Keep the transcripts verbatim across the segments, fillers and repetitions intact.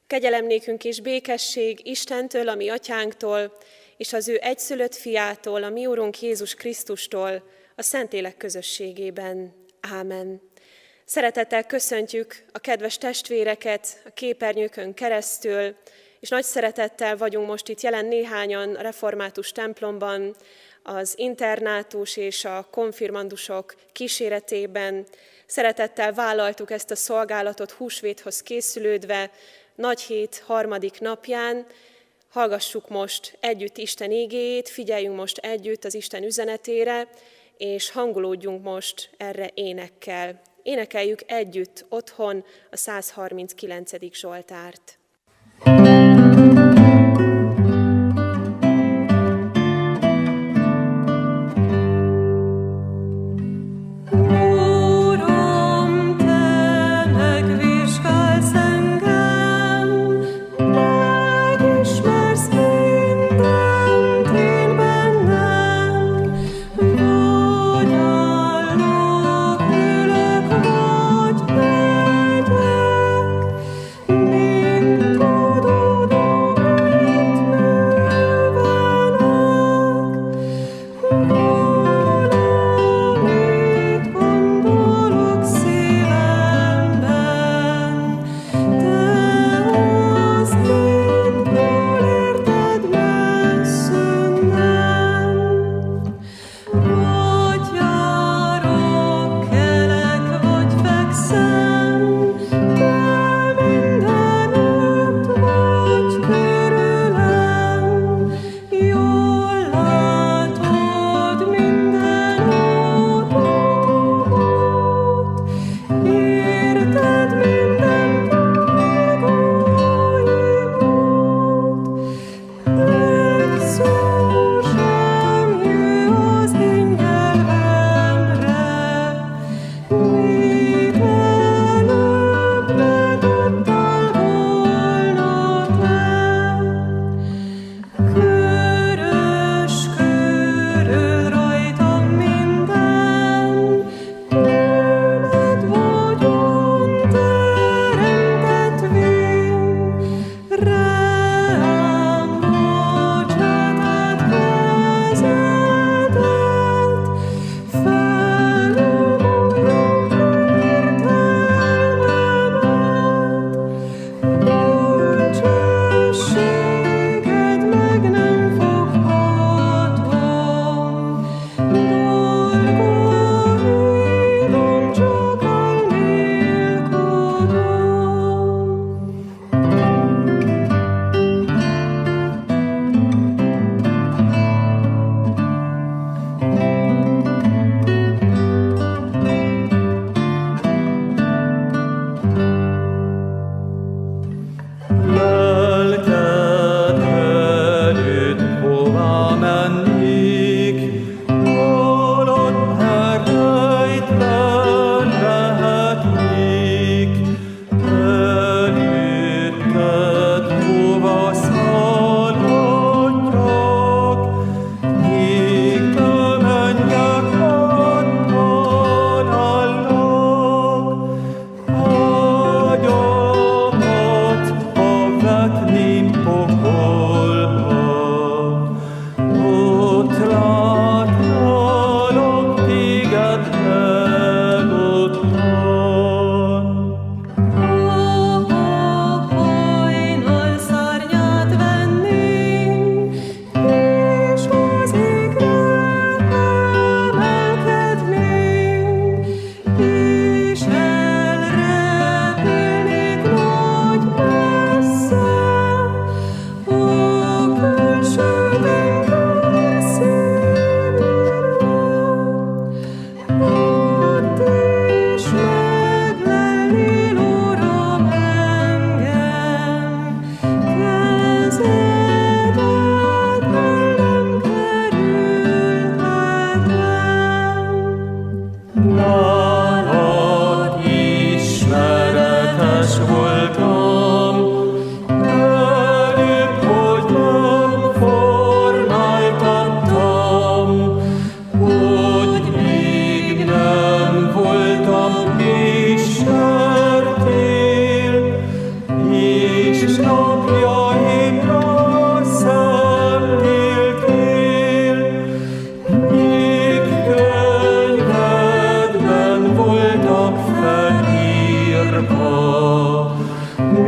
Kegyelem nékünk és békesség Istentől, a mi atyánktól, és az ő egyszülött fiától, a mi Urunk Jézus Krisztustól, a Szentlélek közösségében. Ámen. Szeretettel köszöntjük a kedves testvéreket a képernyőkön keresztül, és nagy szeretettel vagyunk most itt jelen néhányan a református templomban, az internátus és a konfirmandusok kíséretében. Szeretettel vállaltuk ezt a szolgálatot húsvéthoz készülődve, Nagyhét harmadik napján. Hallgassuk most együtt Isten igéjét, figyeljünk most együtt az Isten üzenetére, és hangolódjunk most erre énekkel. Énekeljük együtt otthon a száz harminckilencedik Zsoltárt. Thank you.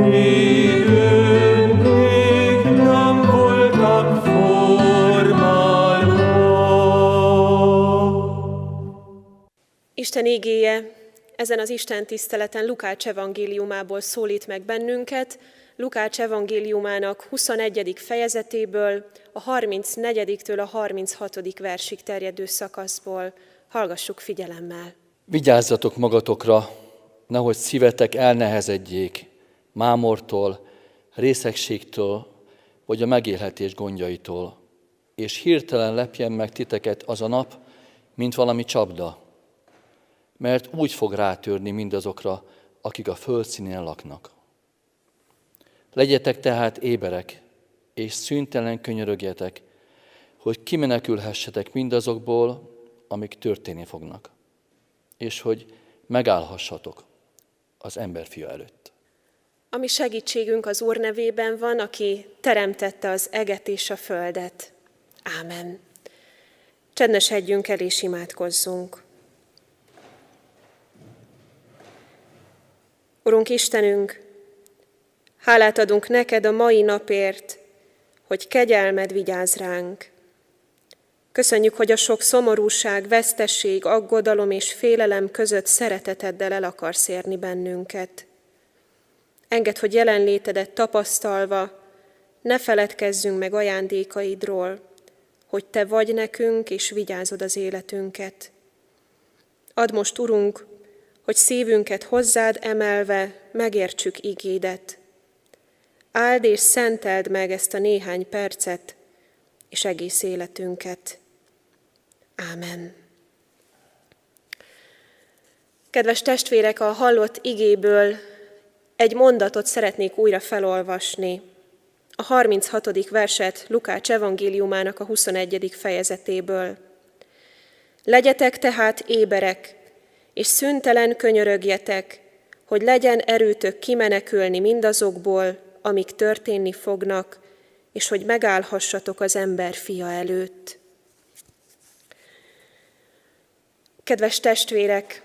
időn még nem voltak formálva. Isten igéje ezen az Isten tiszteleten Lukács evangéliumából szólít meg bennünket, Lukács evangéliumának huszonegyedik fejezetéből, a harmincnegyediktől a harminchatodik versig terjedő szakaszból. Hallgassuk figyelemmel. Vigyázzatok magatokra, nehogy szívetek elnehezedjék mámortól, részegségtől, vagy a megélhetés gondjaitól, és hirtelen lepjen meg titeket az a nap, mint valami csapda, mert úgy fog rátörni mindazokra, akik a földszínén laknak. Legyetek tehát éberek, és szüntelen könyörögjetek, hogy kimenekülhessetek mindazokból, amik történni fognak, és hogy megállhassatok az emberfia előtt. A mi segítségünk az Úr nevében van, aki teremtette az eget és a földet. Ámen. Csendesedjünk el és imádkozzunk. Urunk Istenünk, hálát adunk neked a mai napért, hogy kegyelmed vigyáz ránk. Köszönjük, hogy a sok szomorúság, vesztesség, aggodalom és félelem között szereteteddel el akarsz érni bennünket. Engedd, hogy jelenlétedet tapasztalva ne feledkezzünk meg ajándékaidról, hogy te vagy nekünk és vigyázod az életünket. Add most, Urunk, hogy szívünket hozzád emelve megértsük igédet. Áld és szenteld meg ezt a néhány percet és egész életünket. Ámen. Kedves testvérek, a hallott igéből egy mondatot szeretnék újra felolvasni. A harminchatodik verset Lukács evangéliumának a huszonegyedik fejezetéből. Legyetek tehát éberek, és szüntelen könyörögjetek, hogy legyen erőtök kimenekülni mindazokból, amik történni fognak, és hogy megállhassatok az ember fia előtt. Kedves testvérek,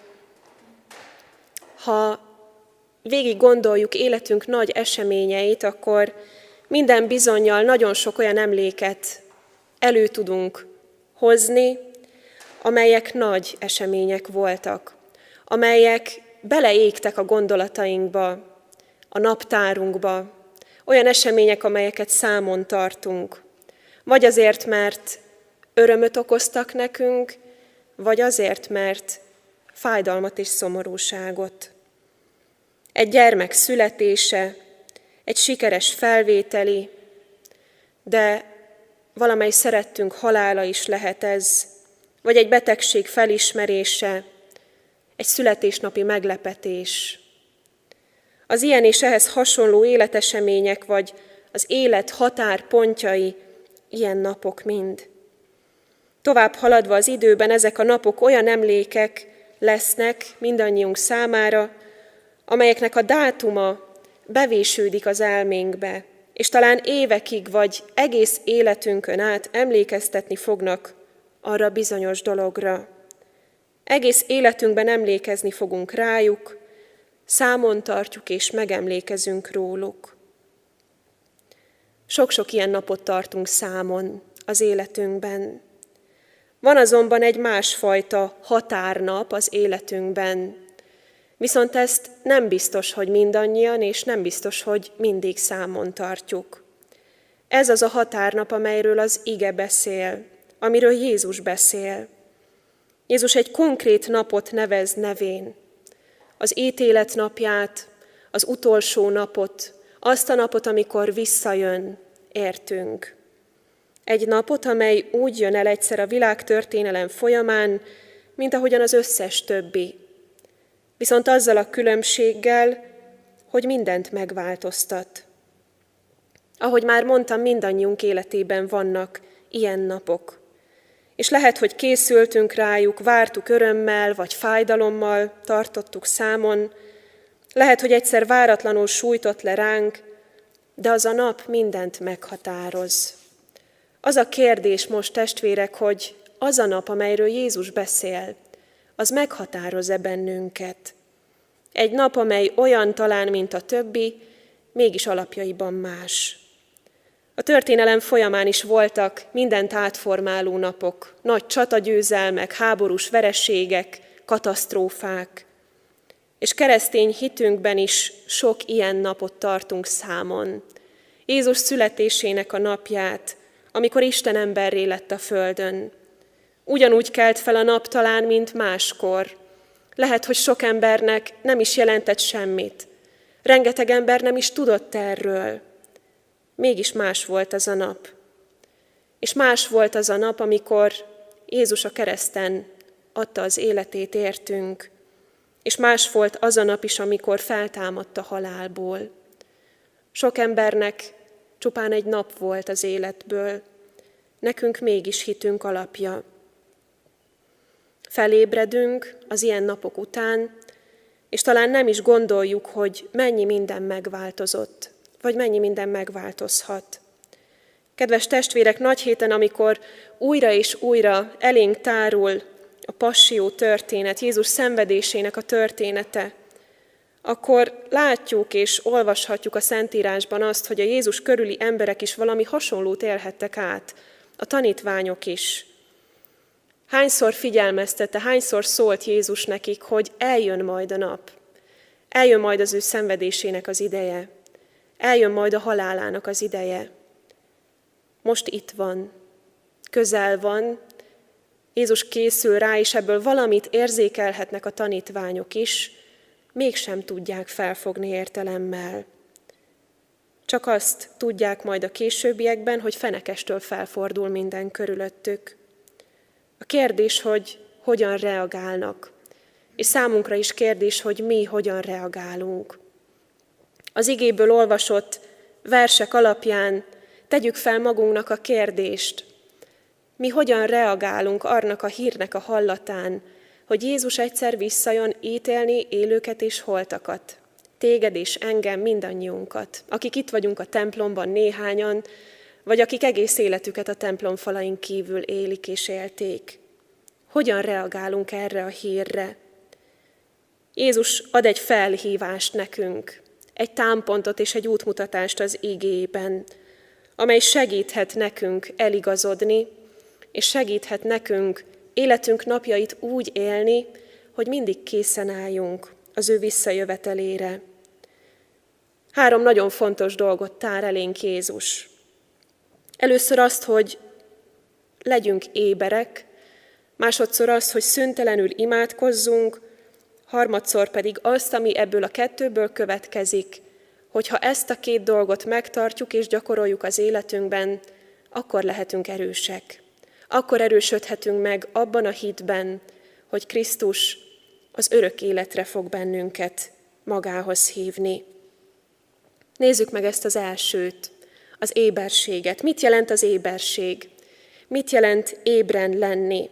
ha végig gondoljuk életünk nagy eseményeit, akkor minden bizonnyal nagyon sok olyan emléket elő tudunk hozni, amelyek nagy események voltak, amelyek beleégtek a gondolatainkba, a naptárunkba, olyan események, amelyeket számon tartunk, vagy azért, mert örömöt okoztak nekünk, vagy azért, mert fájdalmat és szomorúságot. Egy gyermek születése, egy sikeres felvételi, de valamely szerettünk halála is lehet ez, vagy egy betegség felismerése, egy születésnapi meglepetés. Az ilyen és ehhez hasonló életesemények, vagy az élet határpontjai ilyen napok mind. Tovább haladva az időben ezek a napok olyan emlékek lesznek mindannyiunk számára, amelyeknek a dátuma bevésődik az elménkbe, és talán évekig vagy egész életünkön át emlékeztetni fognak arra bizonyos dologra. Egész életünkben emlékezni fogunk rájuk, számon tartjuk és megemlékezünk róluk. Sok-sok ilyen napot tartunk számon az életünkben. Van azonban egy másfajta határnap az életünkben, viszont ezt nem biztos, hogy mindannyian, és nem biztos, hogy mindig számon tartjuk. Ez az a határnap, amelyről az ige beszél, amiről Jézus beszél. Jézus egy konkrét napot nevez nevén. Az ítélet napját, az utolsó napot, azt a napot, amikor visszajön, értünk. Egy napot, amely úgy jön el egyszer a világtörténelem folyamán, mint ahogyan az összes többi. Viszont azzal a különbséggel, hogy mindent megváltoztat. Ahogy már mondtam, mindannyiunk életében vannak ilyen napok. És lehet, hogy készültünk rájuk, vártuk örömmel vagy fájdalommal, tartottuk számon. Lehet, hogy egyszer váratlanul sújtott le ránk, de az a nap mindent meghatároz. Az a kérdés most, testvérek, hogy az a nap, amelyről Jézus beszél, az meghatároz-e bennünket? Egy nap, amely olyan talán, mint a többi, mégis alapjaiban más. A történelem folyamán is voltak mindent átformáló napok, nagy csatagyőzelmek, háborús vereségek, katasztrófák. És keresztény hitünkben is sok ilyen napot tartunk számon. Jézus születésének a napját, amikor Isten emberré lett a földön. Ugyanúgy kelt fel a nap talán, mint máskor. Lehet, hogy sok embernek nem is jelentett semmit. Rengeteg ember nem is tudott erről. Mégis más volt az a nap. És más volt az a nap, amikor Jézus a kereszten adta az életét értünk. És más volt az a nap is, amikor feltámadt a halálból. Sok embernek csupán egy nap volt az életből, nekünk mégis hitünk alapja. Felébredünk az ilyen napok után, és talán nem is gondoljuk, hogy mennyi minden megváltozott, vagy mennyi minden megváltozhat. Kedves testvérek, nagy héten, amikor újra és újra elénk tárul a passzió történet, Jézus szenvedésének a története, akkor látjuk és olvashatjuk a Szentírásban azt, hogy a Jézus körüli emberek is valami hasonlót élhettek át, a tanítványok is. Hányszor figyelmeztette, hányszor szólt Jézus nekik, hogy eljön majd a nap, eljön majd az ő szenvedésének az ideje, eljön majd a halálának az ideje. Most itt van, közel van, Jézus készül rá, és ebből valamit érzékelhetnek a tanítványok is, mégsem tudják felfogni értelemmel. Csak azt tudják majd a későbbiekben, hogy fenekestől felfordul minden körülöttük. A kérdés, hogy hogyan reagálnak, és számunkra is kérdés, hogy mi hogyan reagálunk. Az igéből olvasott versek alapján tegyük fel magunknak a kérdést, mi hogyan reagálunk annak a hírnek a hallatán, hogy Jézus egyszer visszajön ítélni élőket és holtakat, téged és engem, mindannyiunkat, akik itt vagyunk a templomban néhányan, vagy akik egész életüket a templom falain kívül élik és élték. Hogyan reagálunk erre a hírre? Jézus ad egy felhívást nekünk, egy támpontot és egy útmutatást az igében, amely segíthet nekünk eligazodni, és segíthet nekünk életünk napjait úgy élni, hogy mindig készen álljunk az ő visszajövetelére. Három nagyon fontos dolgot tár elénk Jézus. Először azt, hogy legyünk éberek, másodszor azt, hogy szüntelenül imádkozzunk, harmadszor pedig azt, ami ebből a kettőből következik, hogyha ezt a két dolgot megtartjuk és gyakoroljuk az életünkben, akkor lehetünk erősek. Akkor erősödhetünk meg abban a hitben, hogy Krisztus az örök életre fog bennünket magához hívni. Nézzük meg ezt az elsőt, az éberséget. Mit jelent az éberség? Mit jelent ébren lenni?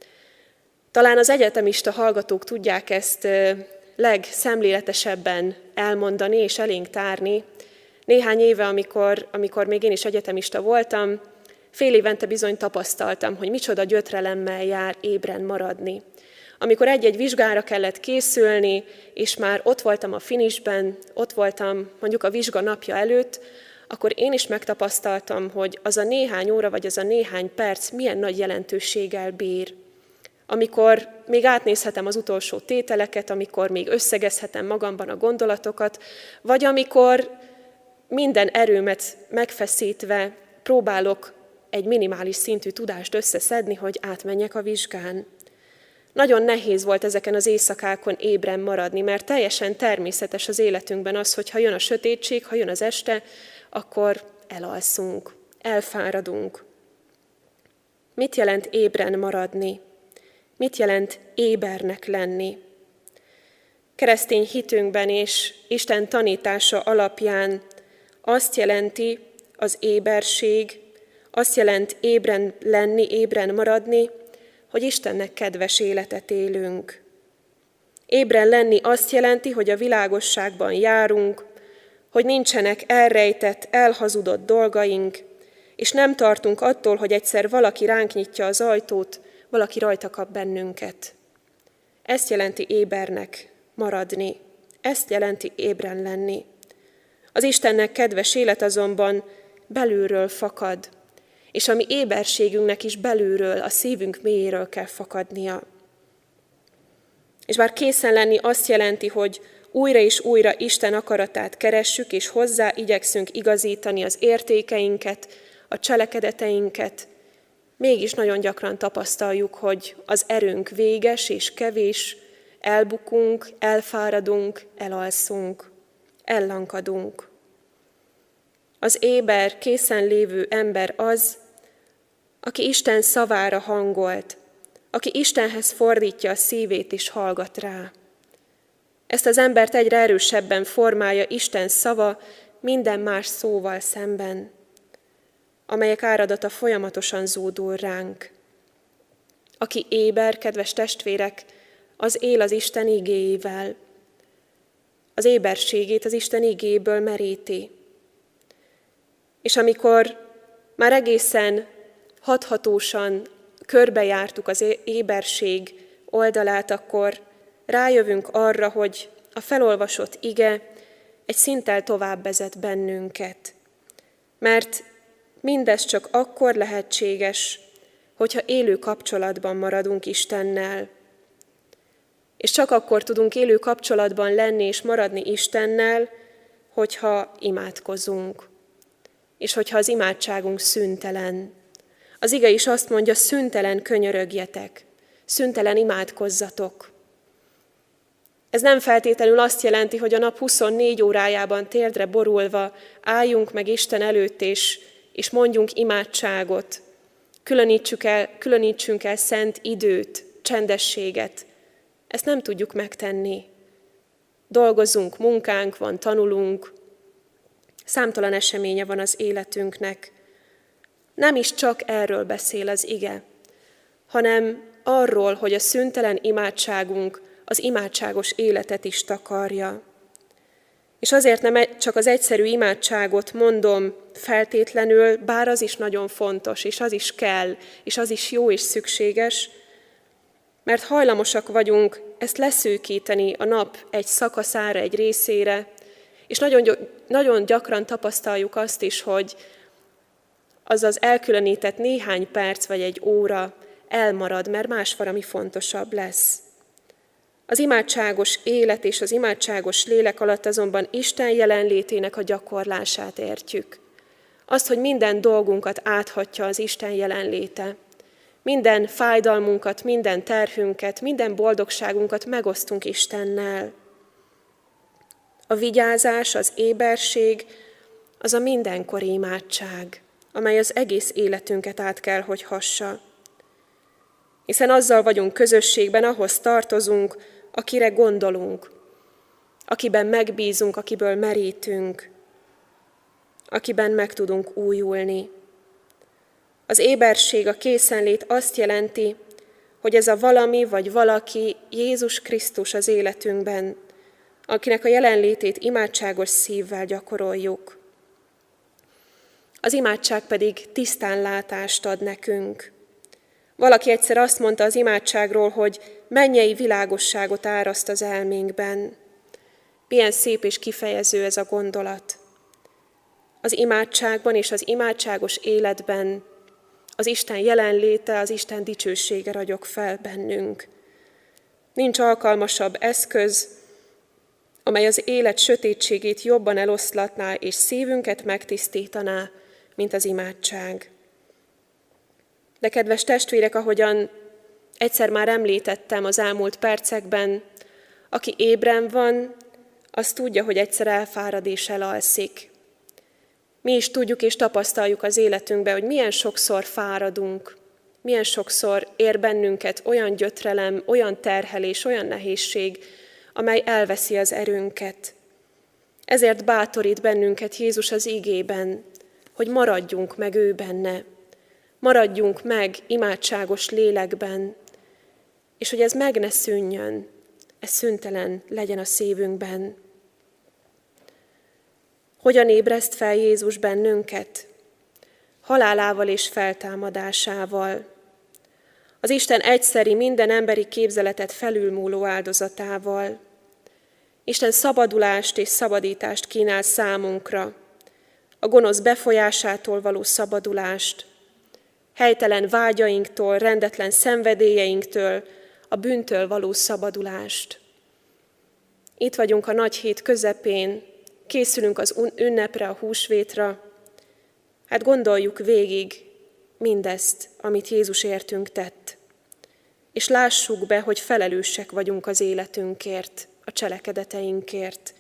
Talán az egyetemista hallgatók tudják ezt legszemléletesebben elmondani és elénk tárni. Néhány éve, amikor, amikor még én is egyetemista voltam, fél évente bizony tapasztaltam, hogy micsoda gyötrelemmel jár ébren maradni. Amikor egy-egy vizsgára kellett készülni, és már ott voltam a finisben, ott voltam mondjuk a vizsga napja előtt, akkor én is megtapasztaltam, hogy az a néhány óra, vagy az a néhány perc milyen nagy jelentőséggel bír. Amikor még átnézhetem az utolsó tételeket, amikor még összegezhetem magamban a gondolatokat, vagy amikor minden erőmet megfeszítve próbálok egy minimális szintű tudást összeszedni, hogy átmenjek a vizsgán. Nagyon nehéz volt ezeken az éjszakákon ébren maradni, mert teljesen természetes az életünkben az, hogy ha jön a sötétség, ha jön az este, akkor elalszunk, elfáradunk. Mit jelent ébren maradni? Mit jelent ébernek lenni? Keresztény hitünkben és Isten tanítása alapján azt jelenti az éberség, azt jelent ébren lenni, ébren maradni, hogy Istennek kedves életet élünk. Ébren lenni azt jelenti, hogy a világosságban járunk, hogy nincsenek elrejtett, elhazudott dolgaink, és nem tartunk attól, hogy egyszer valaki ránk nyitja az ajtót, valaki rajta kap bennünket. Ezt jelenti ébernek maradni, ezt jelenti ébren lenni. Az Istennek kedves élet azonban belülről fakad, és a mi éberségünknek is belülről, a szívünk mélyéről kell fakadnia. És bár készen lenni azt jelenti, hogy újra és újra Isten akaratát keressük, és hozzá igyekszünk igazítani az értékeinket, a cselekedeteinket, mégis nagyon gyakran tapasztaljuk, hogy az erőnk véges és kevés, elbukunk, elfáradunk, elalszunk, ellankadunk. Az éber, készen lévő ember az, aki Isten szavára hangolt, aki Istenhez fordítja a szívét és hallgat rá. Ezt az embert egyre erősebben formálja Isten szava minden más szóval szemben, amelyek áradata folyamatosan zúdul ránk. Aki éber, kedves testvérek, az él az Isten igéjével. Az éberségét az Isten igéjéből meríti. És amikor már egészen hathatósan körbejártuk az éberség oldalát, akkor rájövünk arra, hogy a felolvasott ige egy szinttel tovább vezet bennünket. Mert mindez csak akkor lehetséges, hogyha élő kapcsolatban maradunk Istennel. És csak akkor tudunk élő kapcsolatban lenni és maradni Istennel, hogyha imádkozunk. És hogyha az imádságunk szüntelen. Az ige is azt mondja, szüntelen könyörögjetek, szüntelen imádkozzatok. Ez nem feltétlenül azt jelenti, hogy a nap huszonnégy órájában térdre borulva álljunk meg Isten előtt, és, és mondjunk imádságot, különítsük el, különítsünk el szent időt, csendességet. Ezt nem tudjuk megtenni. Dolgozunk, munkánk van, tanulunk, számtalan eseménye van az életünknek. Nem is csak erről beszél az ige, hanem arról, hogy a szüntelen imádságunk az imádságos életet is takarja. És azért nem csak az egyszerű imádságot mondom feltétlenül, bár az is nagyon fontos, és az is kell, és az is jó és szükséges, mert hajlamosak vagyunk ezt leszűkíteni a nap egy szakaszára, egy részére, és nagyon, nagyon gyakran tapasztaljuk azt is, hogy az az elkülönített néhány perc vagy egy óra elmarad, mert más valami fontosabb lesz. Az imádságos élet és az imádságos lélek alatt azonban Isten jelenlétének a gyakorlását értjük. Azt, hogy minden dolgunkat áthatja az Isten jelenléte. Minden fájdalmunkat, minden terhünket, minden boldogságunkat megosztunk Istennel. A vigyázás, az éberség, az a mindenkori imádság, amely az egész életünket át kell, hogy hassa. Hiszen azzal vagyunk közösségben, ahhoz tartozunk, akire gondolunk, akiben megbízunk, akiből merítünk, akiben meg tudunk újulni. Az éberség, a készenlét azt jelenti, hogy ez a valami vagy valaki Jézus Krisztus az életünkben, akinek a jelenlétét imádságos szívvel gyakoroljuk. Az imádság pedig tisztánlátást ad nekünk. Valaki egyszer azt mondta az imádságról, hogy mennyei világosságot áraszt az elménkben. Milyen szép és kifejező ez a gondolat. Az imádságban és az imádságos életben az Isten jelenléte, az Isten dicsősége ragyog fel bennünk. Nincs alkalmasabb eszköz, amely az élet sötétségét jobban eloszlatná és szívünket megtisztítaná, mint az imádság. De kedves testvérek, ahogyan egyszer már említettem az elmúlt percekben, aki ébren van, az tudja, hogy egyszer elfárad és elalszik. Mi is tudjuk és tapasztaljuk az életünkben, hogy milyen sokszor fáradunk, milyen sokszor ér bennünket olyan gyötrelem, olyan terhelés, olyan nehézség, amely elveszi az erőnket. Ezért bátorít bennünket Jézus az igében, hogy maradjunk meg ő benne, maradjunk meg imádságos lélekben, és hogy ez meg ne szűnjön, ez szüntelen legyen a szívünkben. Hogyan ébreszt fel Jézus bennünket? Halálával és feltámadásával. Az Isten egyszeri, minden emberi képzeletet felülmúló áldozatával. Isten szabadulást és szabadítást kínál számunkra, a gonosz befolyásától való szabadulást, helytelen vágyainktól, rendetlen szenvedélyeinktől, a bűntől való szabadulást. Itt vagyunk a nagy hét közepén, készülünk az ünnepre, a húsvétra. Hát gondoljuk végig mindezt, amit Jézus értünk tett. És lássuk be, hogy felelősek vagyunk az életünkért, a cselekedeteinkért.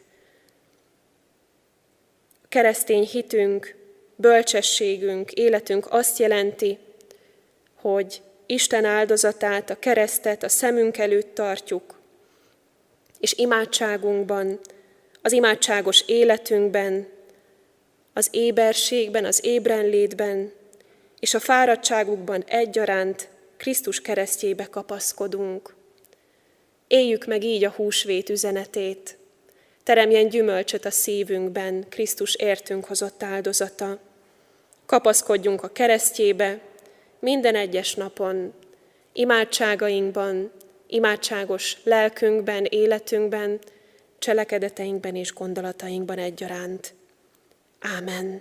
A keresztény hitünk, bölcsességünk, életünk azt jelenti, hogy Isten áldozatát, a keresztet a szemünk előtt tartjuk, és imádságunkban, az imádságos életünkben, az éberségben, az ébrenlétben és a fáradtságukban egyaránt Krisztus keresztjébe kapaszkodunk. Éljük meg így a húsvét üzenetét. Teremjen gyümölcsöt a szívünkben Krisztus értünk hozott áldozata. Kapaszkodjunk a keresztjébe minden egyes napon, imádságainkban, imádságos lelkünkben, életünkben, cselekedeteinkben és gondolatainkban egyaránt. Ámen.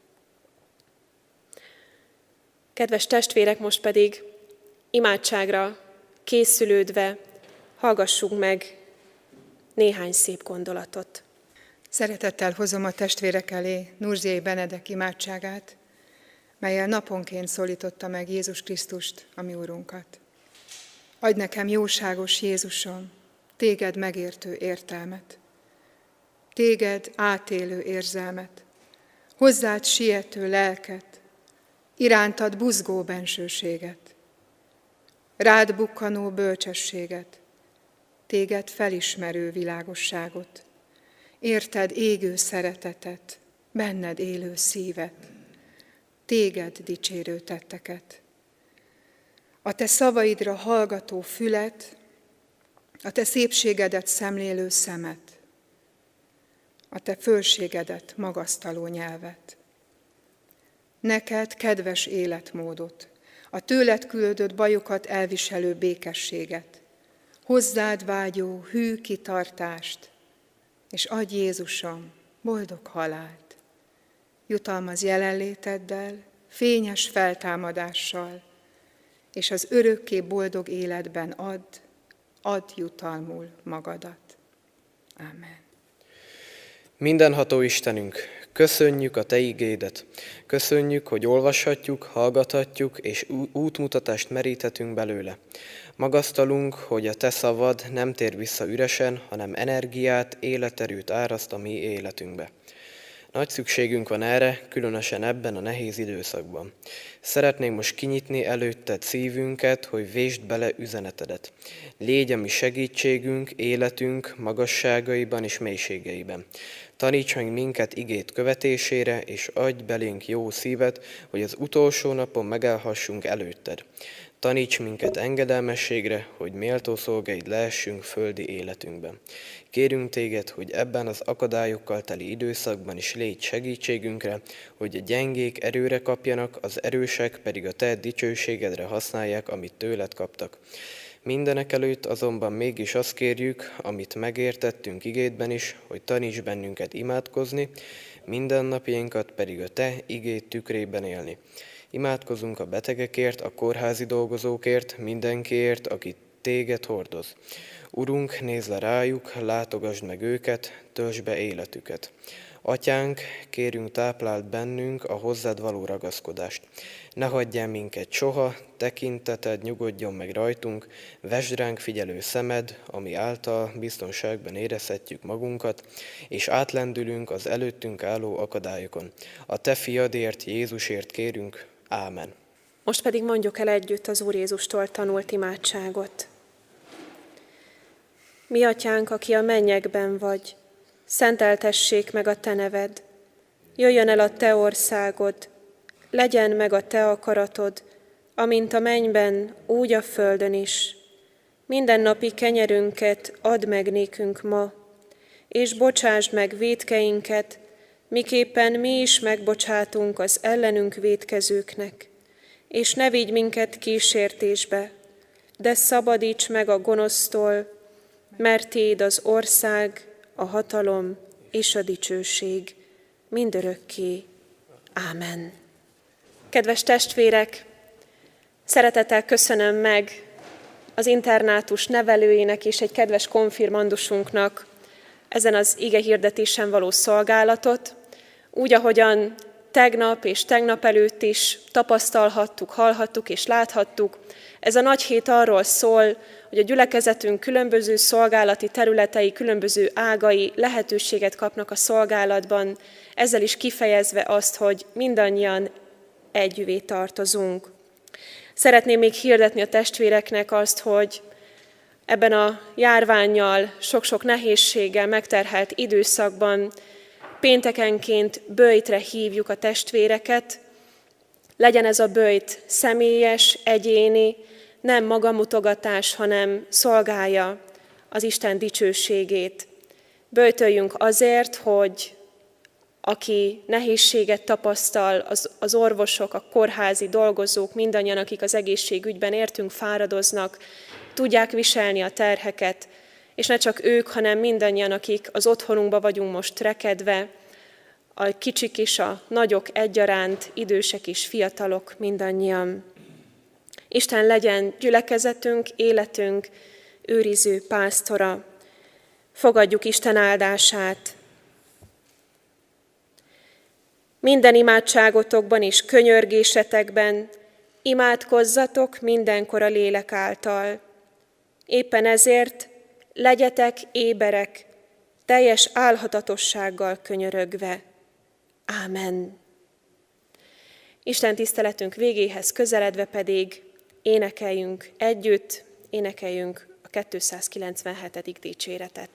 Kedves testvérek, most pedig imádságra készülődve hallgassuk meg néhány szép gondolatot. Szeretettel hozom a testvérek elé Nurziai Benedek imádságát, mellyel naponként szólította meg Jézus Krisztust, a mi Urunkat. Adj nekem, jóságos Jézusom, téged megértő értelmet, téged átélő érzelmet, hozzád siető lelket, irántad buzgó bensőséget, rád bukkanó bölcsességet, téged felismerő világosságot, érted égő szeretetet, benned élő szívet, téged dicsérő tetteket. A te szavaidra hallgató fület, a te szépségedet szemlélő szemet, a te fölségedet magasztaló nyelvet. Neked kedves életmódot, a tőled küldött bajokat elviselő békességet, hozzád vágyó hű kitartást, és adj Jézusom boldog halált. Jutalmaz jelenléteddel, fényes feltámadással, és az örökké boldog életben add, add jutalmul magadat. Ámen. Mindenható Istenünk, köszönjük a Te igédet. Köszönjük, hogy olvashatjuk, hallgathatjuk, és útmutatást meríthetünk belőle. Magasztalunk, hogy a Te szavad nem tér vissza üresen, hanem energiát, életerőt áraszt a mi életünkbe. Nagy szükségünk van erre, különösen ebben a nehéz időszakban. Szeretnénk most kinyitni előtted szívünket, hogy vésd bele üzenetedet. Légy a mi segítségünk, életünk magasságaiban és mélységeiben. Taníts meg minket igét követésére, és adj belénk jó szívet, hogy az utolsó napon megállhassunk előtted. Taníts minket engedelmességre, hogy méltó szolgáid lehessünk földi életünkben. Kérünk téged, hogy ebben az akadályokkal teli időszakban is légy segítségünkre, hogy a gyengék erőre kapjanak, az erősek pedig a te dicsőségedre használják, amit tőled kaptak. Mindenek előtt azonban mégis azt kérjük, amit megértettünk igédben is, hogy taníts bennünket imádkozni, mindennapjainkat pedig a te igéd tükrében élni. Imádkozunk a betegekért, a kórházi dolgozókért, mindenkiért, aki téged hordoz. Urunk, nézz le rájuk, látogasd meg őket, töltsd be életüket. Atyánk, kérünk, tápláld bennünk a hozzád való ragaszkodást. Ne hagyj el minket soha, tekinteted nyugodjon meg rajtunk, vesd ránk figyelő szemed, ami által biztonságban érezhetjük magunkat, és átlendülünk az előttünk álló akadályokon. A te fiadért, Jézusért kérünk. Ámen. Most pedig mondjuk el együtt az Úr Jézustól tanult imádságot. Mi atyánk, aki a mennyekben vagy, szenteltessék meg a te neved. Jöjjön el a te országod, legyen meg a te akaratod, amint a mennyben, úgy a földön is. Mindennapi kenyerünket add meg nékünk ma, és bocsásd meg vétkeinket, miképpen mi is megbocsátunk az ellenünk vétkezőknek. És ne vigy minket kísértésbe, de szabadíts meg a gonosztól, mert Téd az ország, a hatalom és a dicsőség mindörökké. Ámen. Kedves testvérek, szeretettel köszönöm meg az internátus nevelőinek és egy kedves konfirmandusunknak ezen az igehirdetésen való szolgálatot, úgy, ahogyan tegnap és tegnap előtt is tapasztalhattuk, hallhattuk és láthattuk. Ez a nagy hét arról szól, hogy a gyülekezetünk különböző szolgálati területei, különböző ágai lehetőséget kapnak a szolgálatban, ezzel is kifejezve azt, hogy mindannyian együvé tartozunk. Szeretném még hirdetni a testvéreknek azt, hogy ebben a járvánnyal, sok-sok nehézséggel megterhelt időszakban péntekenként böjtre hívjuk a testvéreket. Legyen ez a böjt személyes, egyéni, nem magamutogatás, hanem szolgálja az Isten dicsőségét. Böjtöljünk azért, hogy aki nehézséget tapasztal, az, az orvosok, a kórházi dolgozók, mindannyian, akik az egészségügyben értünk fáradoznak, tudják viselni a terheket, és ne csak ők, hanem mindannyian, akik az otthonunkba vagyunk most rekedve, a kicsik is, a nagyok egyaránt, idősek is, fiatalok, mindannyian. Isten legyen gyülekezetünk, életünk őriző pásztora. Fogadjuk Isten áldását. Minden imádságotokban és könyörgésetekben imádkozzatok mindenkor a lélek által. Éppen ezért legyetek éberek, teljes álhatatossággal könyörögve. Ámen. Isten tiszteletünk végéhez közeledve pedig énekeljünk együtt, énekeljünk a kétszázkilencvenhetedik dicséretet.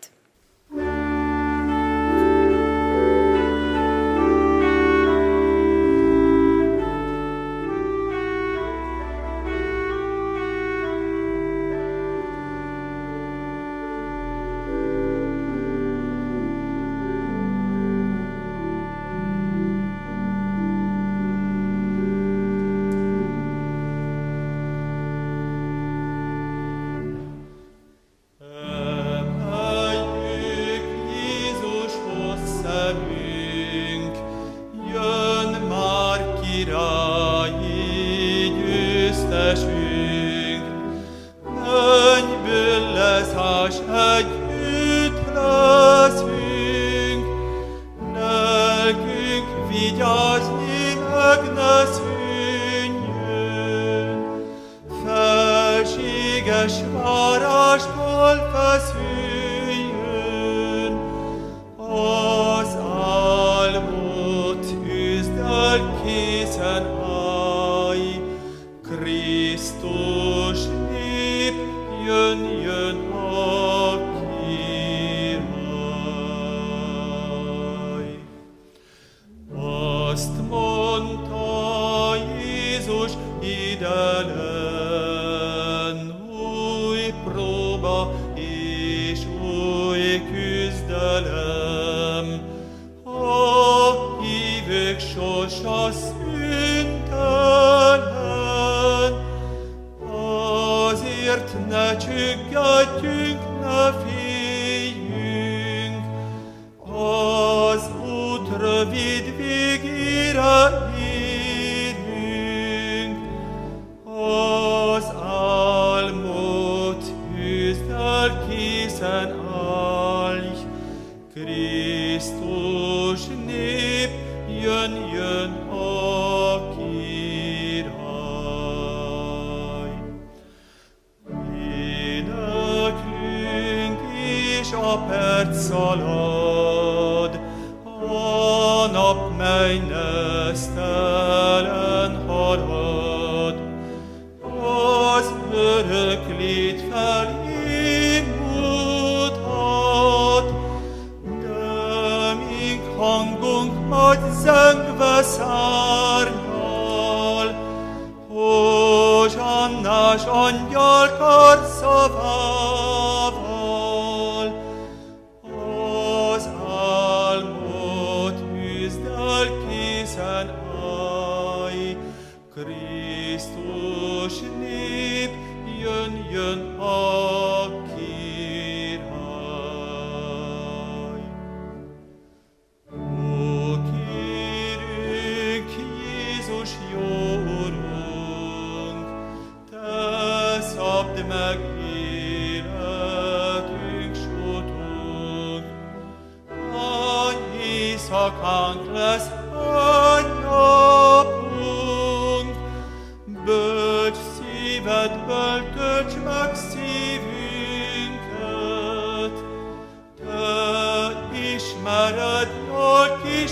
Jön, jön a király. nyakánk lesz a napunk. Bölcs szívedből tölts meg szívünket, te ismered a kis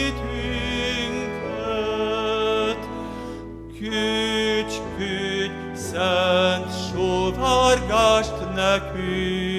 hitünket. Küldj, küldj szent sóvárgást nekünk,